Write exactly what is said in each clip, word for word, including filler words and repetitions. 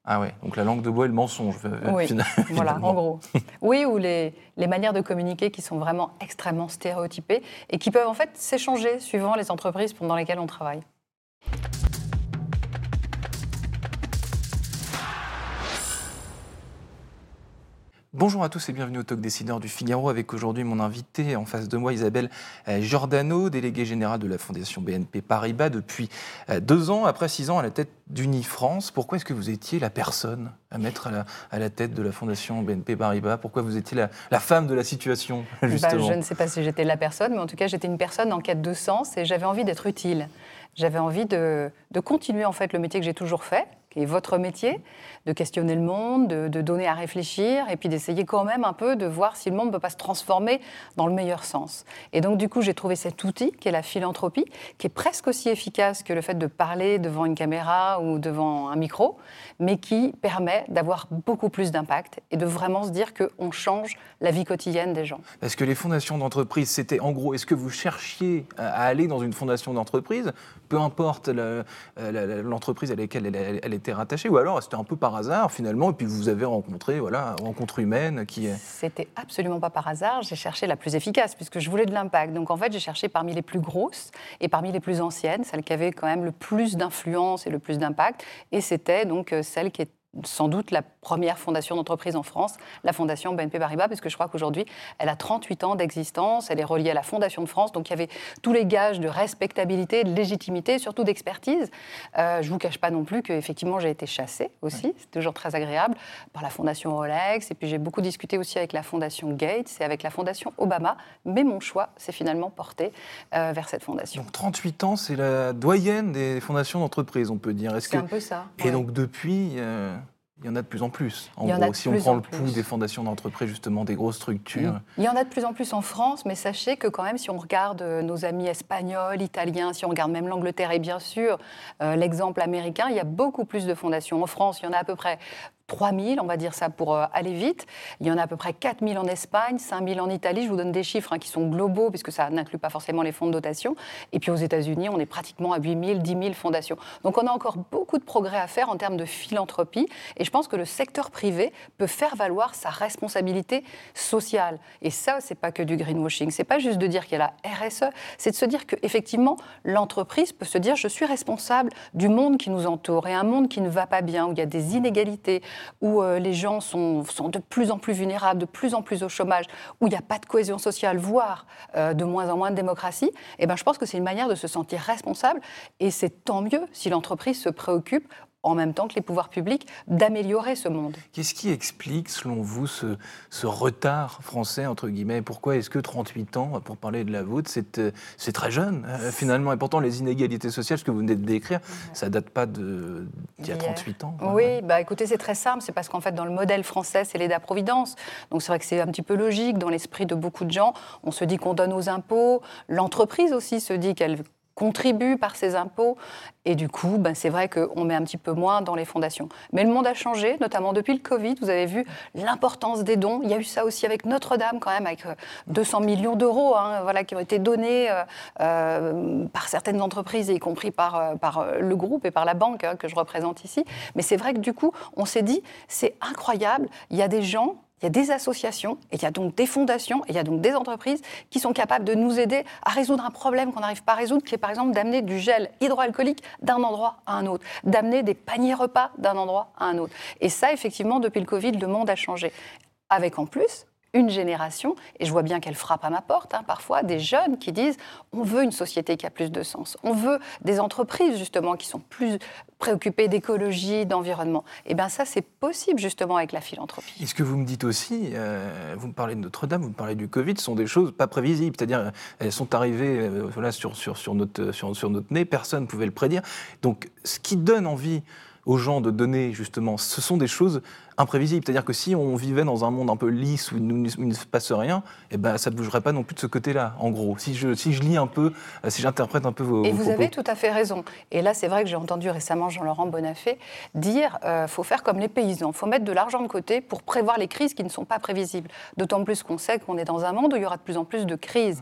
Ah ouais, donc la langue de bois et le mensonge. Oui, finalement. voilà, en gros. Oui, ou les, les manières de communiquer qui sont vraiment extrêmement stéréotypées et qui peuvent en fait s'échanger suivant les entreprises dans lesquelles on travaille. Bonjour à tous et bienvenue au Talk Décideur du Figaro avec aujourd'hui mon invité en face de moi Isabelle Giordano, déléguée générale de la Fondation B N P Paribas depuis deux ans, après six ans à la tête d'Unifrance. Pourquoi est-ce que vous étiez la personne à mettre à la, à la tête de la Fondation B N P Paribas? Pourquoi vous étiez la, la femme de la situation, justement? Bah, je ne sais pas si j'étais la personne, mais en tout cas j'étais une personne en quête de sens et j'avais envie d'être utile. J'avais envie de, de continuer en fait le métier que j'ai toujours fait, qui est votre métier, de questionner le monde, de, de donner à réfléchir et puis d'essayer quand même un peu de voir si le monde ne peut pas se transformer dans le meilleur sens. Et donc du coup, j'ai trouvé cet outil qui est la philanthropie, qui est presque aussi efficace que le fait de parler devant une caméra ou devant un micro, mais qui permet d'avoir beaucoup plus d'impact et de vraiment se dire qu'on change la vie quotidienne des gens. Parce que les fondations d'entreprise, c'était en gros, est-ce que vous cherchiez à aller dans une fondation d'entreprise, peu importe la, la, la, l'entreprise à laquelle elle, elle, elle était rattachée, ou alors c'était un peu par hasard finalement, et puis vous avez rencontré, voilà, rencontre humaine qui est... C'était absolument pas par hasard, j'ai cherché la plus efficace, puisque je voulais de l'impact. Donc en fait, j'ai cherché parmi les plus grosses et parmi les plus anciennes, celles qui avaient quand même le plus d'influence et le plus d'impact, et c'était donc celle qui est sans doute la première fondation d'entreprise en France, la fondation B N P Paribas, parce que je crois qu'aujourd'hui, elle a trente-huit ans d'existence, elle est reliée à la Fondation de France, donc il y avait tous les gages de respectabilité, de légitimité, surtout d'expertise. Euh, je ne vous cache pas non plus qu'effectivement, j'ai été chassée aussi, oui. C'est toujours très agréable, par la Fondation Rolex, et puis j'ai beaucoup discuté aussi avec la Fondation Gates et avec la Fondation Obama, mais mon choix s'est finalement porté euh, vers cette fondation. Donc trente-huit ans, c'est la doyenne des fondations d'entreprise, on peut dire. Est-ce c'est que... un peu ça. Et ouais. Donc depuis... Euh... Il y en a de plus en plus, en Il y en gros, a de si plus on prend en le plus. pouls des fondations d'entreprise, justement, des grosses structures. Il y en a de plus en plus en France, mais sachez que quand même, si on regarde nos amis espagnols, italiens, si on regarde même l'Angleterre et bien sûr euh, l'exemple américain, il y a beaucoup plus de fondations. En France, il y en a à peu près trois mille, on va dire ça pour euh, aller vite. Il y en a à peu près quatre mille en Espagne, cinq mille en Italie. Je vous donne des chiffres hein, qui sont globaux, puisque ça n'inclut pas forcément les fonds de dotation. Et puis aux États-Unis, on est pratiquement à huit mille, dix mille fondations. Donc on a encore beaucoup de progrès à faire en termes de philanthropie. Et je pense que le secteur privé peut faire valoir sa responsabilité sociale. Et ça, c'est pas que du greenwashing. C'est pas juste de dire qu'il y a la R S E, c'est de se dire qu'effectivement, l'entreprise peut se dire je suis responsable du monde qui nous entoure et un monde qui ne va pas bien, où il y a des inégalités, où euh, les gens sont, sont de plus en plus vulnérables, de plus en plus au chômage, où il n'y a pas de cohésion sociale, voire euh, de moins en moins de démocratie, eh ben, je pense que c'est une manière de se sentir responsable et c'est tant mieux si l'entreprise se préoccupe en même temps que les pouvoirs publics, d'améliorer ce monde. Qu'est-ce qui explique, selon vous, ce, ce retard français, entre guillemets? Pourquoi est-ce que trente-huit ans, pour parler de la vôtre, c'est, c'est très jeune, euh, finalement? Et pourtant, les inégalités sociales, ce que vous venez de décrire, ouais. Ça ne date pas de, d'il y a trente-huit ans. Oui, ouais. bah, écoutez, c'est très simple. C'est parce qu'en fait, dans le modèle français, c'est l'État-providence. Donc c'est vrai que c'est un petit peu logique. Dans l'esprit de beaucoup de gens, on se dit qu'on donne aux impôts. L'entreprise aussi se dit qu'elle contribue par ses impôts, et du coup, ben c'est vrai qu'on met un petit peu moins dans les fondations. Mais le monde a changé, notamment depuis le Covid, vous avez vu l'importance des dons. Il y a eu ça aussi avec Notre-Dame, quand même, avec deux cents millions d'euros hein, voilà, qui ont été donnés euh, euh, par certaines entreprises, y compris par, euh, par le groupe et par la banque hein, que je représente ici. Mais c'est vrai que du coup, on s'est dit, c'est incroyable, il y a des gens... Il y a des associations, et il y a donc des fondations, et il y a donc des entreprises qui sont capables de nous aider à résoudre un problème qu'on n'arrive pas à résoudre, qui est par exemple d'amener du gel hydroalcoolique d'un endroit à un autre, d'amener des paniers repas d'un endroit à un autre. Et ça, effectivement, depuis le Covid, le monde a changé. Avec en plus une génération, et je vois bien qu'elle frappe à ma porte, hein, parfois, des jeunes qui disent « on veut une société qui a plus de sens, on veut des entreprises, justement, qui sont plus préoccupées d'écologie, d'environnement ». Et bien ça, c'est possible, justement, avec la philanthropie. Et ce que vous me dites aussi, euh, vous me parlez de Notre-Dame, vous me parlez du Covid, ce sont des choses pas prévisibles, c'est-à-dire elles sont arrivées euh, voilà, sur, sur, sur, notre, sur, sur notre nez, personne ne pouvait le prédire. Donc, ce qui donne envie aux gens de donner, justement, ce sont des choses imprévisibles. C'est-à-dire que si on vivait dans un monde un peu lisse où il ne, il ne se passe rien, eh ben, ça ne bougerait pas non plus de ce côté-là, en gros. Si je, si je lis un peu, si j'interprète un peu vos, Et vos vous propos. avez tout à fait raison. Et là, c'est vrai que j'ai entendu récemment Jean-Laurent Bonnafé dire qu'il euh, faut faire comme les paysans, il faut mettre de l'argent de côté pour prévoir les crises qui ne sont pas prévisibles. D'autant plus qu'on sait qu'on est dans un monde où il y aura de plus en plus de crises. Mmh.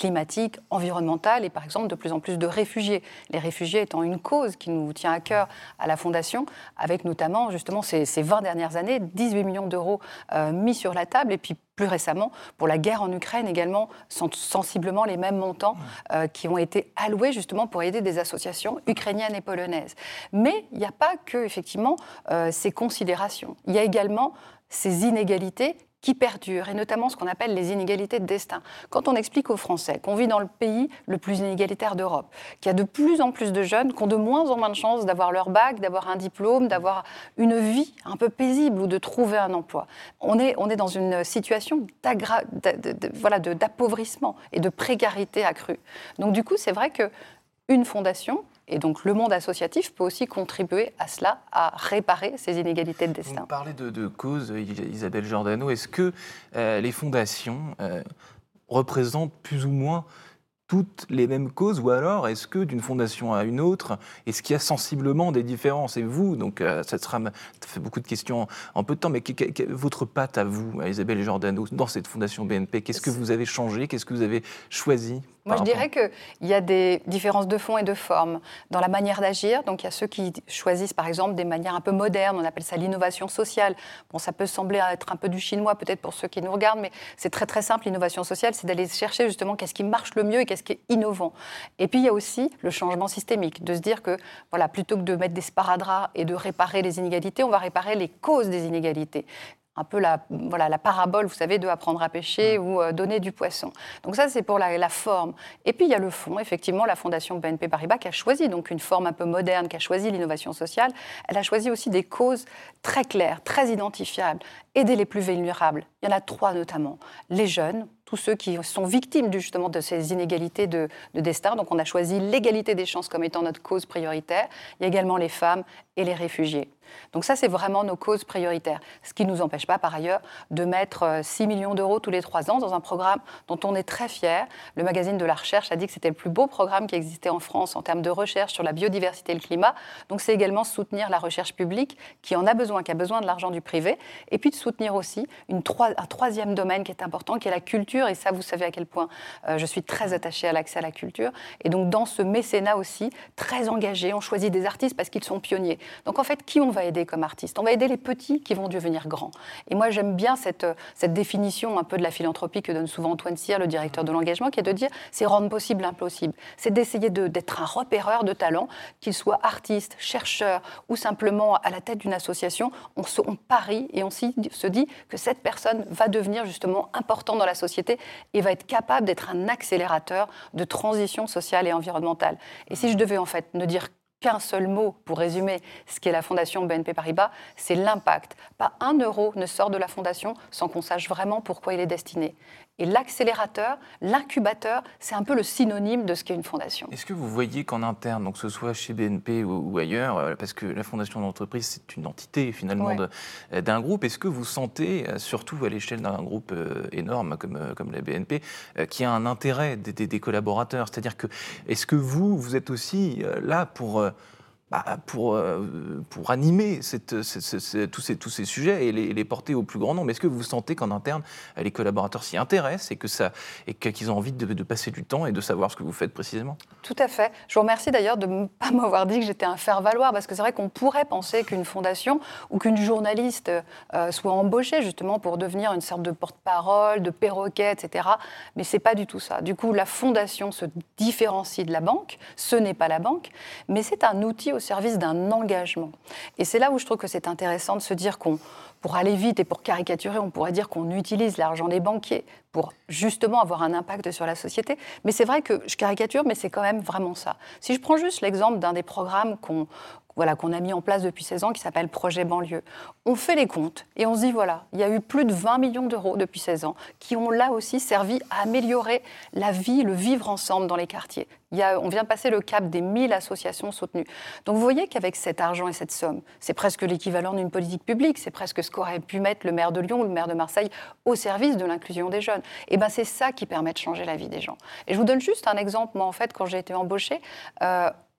climatique, environnementale et par exemple de plus en plus de réfugiés. Les réfugiés étant une cause qui nous tient à cœur à la Fondation, avec notamment justement ces, ces vingt dernières années, dix-huit millions d'euros euh, mis sur la table et puis plus récemment, pour la guerre en Ukraine également, sont sensiblement les mêmes montants euh, qui ont été alloués justement pour aider des associations ukrainiennes et polonaises. Mais il n'y a pas que, effectivement, euh, ces considérations. Il y a également ces inégalités qui perdurent, et notamment ce qu'on appelle les inégalités de destin. Quand on explique aux Français qu'on vit dans le pays le plus inégalitaire d'Europe, qu'il y a de plus en plus de jeunes qui ont de moins en moins de chances d'avoir leur bac, d'avoir un diplôme, d'avoir une vie un peu paisible ou de trouver un emploi. On est, on est dans une situation d'agra- de, de, de, voilà, de, d'appauvrissement et de précarité accrue. Donc du coup, c'est vrai qu'une fondation, et donc le monde associatif peut aussi contribuer à cela, à réparer ces inégalités de destin. Vous parlez de, de cause, Isabelle Giordano. Est-ce que euh, les fondations euh, représentent plus ou moins toutes les mêmes causes, ou alors est-ce que d'une fondation à une autre, est-ce qu'il y a sensiblement des différences? Et vous, donc euh, ça, sera, ça fait beaucoup de questions en peu de temps, mais que, que, que, votre patte à vous, à Isabelle Giordano, dans cette fondation B N P, qu'est-ce que vous avez changé? Qu'est-ce que vous avez choisi? Moi, je dirais qu'il y a des différences de fond et de forme dans la manière d'agir. Donc, il y a ceux qui choisissent, par exemple, des manières un peu modernes. On appelle ça l'innovation sociale. Bon, ça peut sembler être un peu du chinois, peut-être pour ceux qui nous regardent, mais c'est très, très simple. L'innovation sociale, c'est d'aller chercher, justement, qu'est-ce qui marche le mieux et qu'est-ce qui est innovant. Et puis, il y a aussi le changement systémique, de se dire que, voilà, plutôt que de mettre des sparadraps et de réparer les inégalités, on va réparer les causes des inégalités. Un peu la, voilà, la parabole, vous savez, de apprendre à pêcher mmh. ou euh, donner du poisson. Donc ça, c'est pour la, la forme. Et puis, il y a le fond. Effectivement, la Fondation B N P Paribas qui a choisi donc une forme un peu moderne, qui a choisi l'innovation sociale. Elle a choisi aussi des causes très claires, très identifiables. Aider les plus vulnérables. Il y en a trois notamment. Les jeunes, tous ceux qui sont victimes justement de ces inégalités de, de destin. Donc on a choisi l'égalité des chances comme étant notre cause prioritaire. Il y a également les femmes et les réfugiés. Donc ça, c'est vraiment nos causes prioritaires. Ce qui ne nous empêche pas, par ailleurs, de mettre six millions d'euros tous les trois ans dans un programme dont on est très fiers. Le magazine de la recherche a dit que c'était le plus beau programme qui existait en France en termes de recherche sur la biodiversité et le climat. Donc c'est également soutenir la recherche publique qui en a besoin, qui a besoin de l'argent du privé. Et puis de soutenir aussi une trois, un troisième domaine qui est important, qui est la culture. Et ça, vous savez à quel point euh, je suis très attachée à l'accès à la culture. Et donc dans ce mécénat aussi, très engagé, on choisit des artistes parce qu'ils sont pionniers. Donc en fait, qui on va aider comme artistes? On va aider les petits qui vont devenir grands. Et moi, j'aime bien cette, cette définition un peu de la philanthropie que donne souvent Antoine Cyr, le directeur de l'engagement, qui est de dire c'est rendre possible l'impossible. C'est d'essayer de, d'être un repéreur de talents, qu'ils soient artistes, chercheurs ou simplement à la tête d'une association. On, se, on parie et on se dit que cette personne va devenir justement importante dans la société et va être capable d'être un accélérateur de transition sociale et environnementale. Et si je devais en fait ne dire qu'un seul mot pour résumer ce qu'est la Fondation B N P Paribas, c'est l'impact. Pas un euro ne sort de la Fondation sans qu'on sache vraiment pourquoi il est destiné. Et l'accélérateur, l'incubateur, c'est un peu le synonyme de ce qu'est une fondation. Est-ce que vous voyez qu'en interne, donc que ce soit chez B N P ou, ou ailleurs, parce que la fondation d'entreprise, c'est une entité finalement ouais. de, d'un groupe, est-ce que vous sentez, surtout à l'échelle d'un groupe énorme comme, comme la B N P, qu'il y a un intérêt des, des, des collaborateurs? C'est-à-dire que, est-ce que vous, vous êtes aussi là pour... Bah, pour, euh, pour animer cette, cette, cette, tous, ces, tous ces sujets et les, les porter au plus grand nombre. Est-ce que vous sentez qu'en interne, les collaborateurs s'y intéressent et, que ça, et qu'ils ont envie de, de passer du temps et de savoir ce que vous faites précisément? Tout à fait. Je vous remercie d'ailleurs de ne pas m'avoir dit que j'étais un faire-valoir, parce que c'est vrai qu'on pourrait penser qu'une fondation ou qu'une journaliste euh, soit embauchée justement pour devenir une sorte de porte-parole, de perroquet, et cetera. Mais ce n'est pas du tout ça. Du coup, la fondation se différencie de la banque. Ce n'est pas la banque, mais c'est un outil au service d'un engagement. Et c'est là où je trouve que c'est intéressant de se dire qu'on, pour aller vite et pour caricaturer, on pourrait dire qu'on utilise l'argent des banquiers pour justement avoir un impact sur la société. Mais c'est vrai que je caricature, mais c'est quand même vraiment ça. Si je prends juste l'exemple d'un des programmes qu'on Voilà, qu'on a mis en place depuis seize ans, qui s'appelle Projet Banlieue. On fait les comptes et on se dit, voilà, il y a eu plus de vingt millions d'euros depuis seize ans qui ont là aussi servi à améliorer la vie, le vivre ensemble dans les quartiers. Il y a, on vient de passer le cap des mille associations soutenues. Donc vous voyez qu'avec cet argent et cette somme, c'est presque l'équivalent d'une politique publique, c'est presque ce qu'aurait pu mettre le maire de Lyon ou le maire de Marseille au service de l'inclusion des jeunes. Et bien c'est ça qui permet de changer la vie des gens. Et je vous donne juste un exemple. Moi, en fait, quand j'ai été embauchée, euh,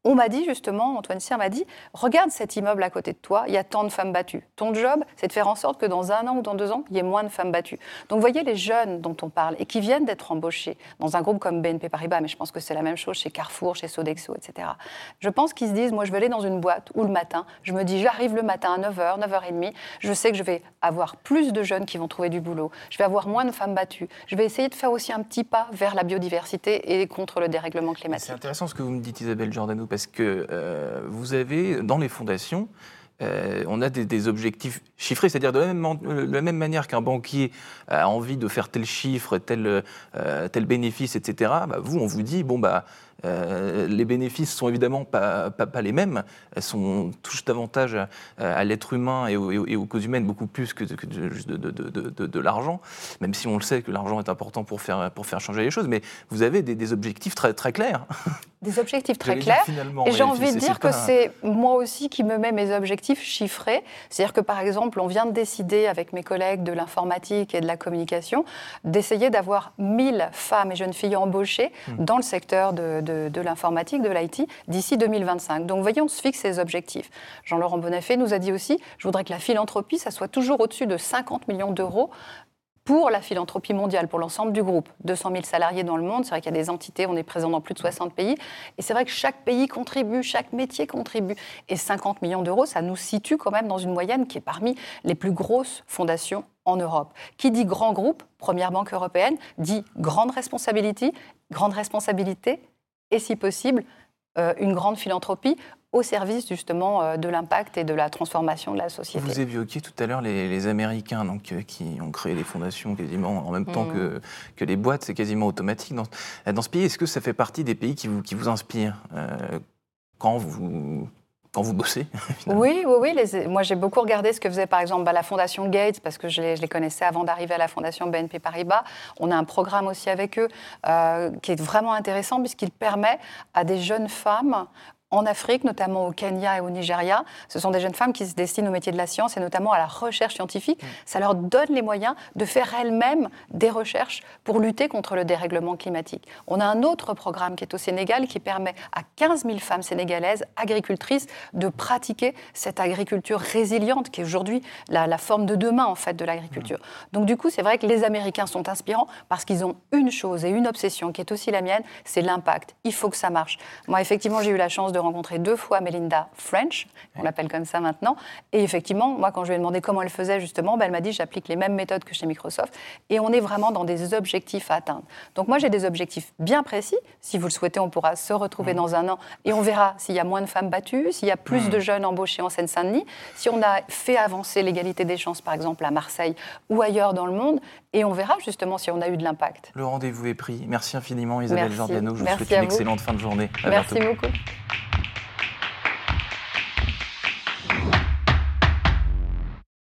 On m'a dit justement, Antoine Cyr m'a dit, regarde cet immeuble à côté de toi, il y a tant de femmes battues. Ton job, c'est de faire en sorte que dans un an ou dans deux ans, il y ait moins de femmes battues. Donc vous voyez les jeunes dont on parle et qui viennent d'être embauchés dans un groupe comme B N P Paribas, mais je pense que c'est la même chose chez Carrefour, chez Sodexo, et cetera. Je pense qu'ils se disent, moi je vais aller dans une boîte où le matin, je me dis, j'arrive le matin à neuf heures, neuf heures trente, je sais que je vais avoir plus de jeunes qui vont trouver du boulot, je vais avoir moins de femmes battues, je vais essayer de faire aussi un petit pas vers la biodiversité et contre le dérèglement climatique. C'est intéressant ce que vous me dites, Isabelle Giordano, parce que euh, vous avez, dans les fondations, euh, on a des, des objectifs chiffrés, c'est-à-dire de la même, de la même manière qu'un banquier a envie de faire tel chiffre, tel, euh, tel bénéfice, et cetera, bah, vous, on vous dit, bon, bah, Euh, les bénéfices sont évidemment pas, pas, pas les mêmes, elles sont, touchent davantage à, à l'être humain et aux, et aux causes humaines, beaucoup plus que, que de, de, de, de, de, de l'argent, même si on le sait que l'argent est important pour faire, pour faire changer les choses, mais vous avez des, des objectifs très, très clairs. Des objectifs très clairs, et j'ai envie de dire que c'est moi aussi qui me mets mes objectifs chiffrés, c'est-à-dire que par exemple, on vient de décider avec mes collègues de l'informatique et de la communication d'essayer d'avoir mille femmes et jeunes filles embauchées mmh. dans le secteur de, de, de l'informatique, de l'I T, d'ici deux mille vingt-cinq. Donc voyons, on se fixe ces objectifs. Jean-Laurent Bonnafé nous a dit aussi, je voudrais que la philanthropie, ça soit toujours au-dessus de cinquante millions d'euros pour la philanthropie mondiale, pour l'ensemble du groupe. deux cent mille salariés dans le monde, c'est vrai qu'il y a des entités, on est présent dans plus de soixante pays, et c'est vrai que chaque pays contribue, chaque métier contribue. Et cinquante millions d'euros, ça nous situe quand même dans une moyenne qui est parmi les plus grosses fondations en Europe. Qui dit grand groupe, première banque européenne, dit grande responsabilité, grande responsabilité, et si possible, euh, une grande philanthropie, au service justement euh, de l'impact et de la transformation de la société. Vous évoquiez tout à l'heure les, les Américains donc, euh, qui ont créé des fondations quasiment en même temps mmh. que, que les boîtes, c'est quasiment automatique. Dans, dans ce pays, est-ce que ça fait partie des pays qui vous, qui vous inspirent euh, quand vous... Quand vous bossez, Oui, oui, oui. Les, moi, j'ai beaucoup regardé ce que faisait, par exemple, bah, la Fondation Gates, parce que je les, je les connaissais avant d'arriver à la Fondation B N P Paribas. On a un programme aussi avec eux euh, qui est vraiment intéressant, puisqu'il permet à des jeunes femmes en Afrique, notamment au Kenya et au Nigeria. Ce sont des jeunes femmes qui se destinent au métier de la science et notamment à la recherche scientifique. Mmh. Ça leur donne les moyens de faire elles-mêmes des recherches pour lutter contre le dérèglement climatique. On a un autre programme qui est au Sénégal qui permet à quinze mille femmes sénégalaises, agricultrices, de pratiquer cette agriculture résiliente qui est aujourd'hui la, la forme de demain en fait, de l'agriculture. Mmh. Donc du coup, c'est vrai que les Américains sont inspirants parce qu'ils ont une chose et une obsession qui est aussi la mienne, c'est l'impact. Il faut que ça marche. Moi, effectivement, j'ai eu la chance de rencontré deux fois Melinda French, on l'appelle comme ça maintenant, et effectivement, moi quand je lui ai demandé comment elle faisait justement, ben, elle m'a dit j'applique les mêmes méthodes que chez Microsoft, et on est vraiment dans des objectifs à atteindre. Donc moi j'ai des objectifs bien précis, si vous le souhaitez on pourra se retrouver mmh. dans un an, et on verra s'il y a moins de femmes battues, s'il y a plus mmh. de jeunes embauchés en Seine-Saint-Denis, si on a fait avancer l'égalité des chances par exemple à Marseille ou ailleurs dans le monde, et on verra justement si on a eu de l'impact. Le rendez-vous est pris. Merci infiniment Isabelle Merci. Giordano, je vous Merci souhaite une vous. excellente fin de journée. À Merci bientôt. beaucoup.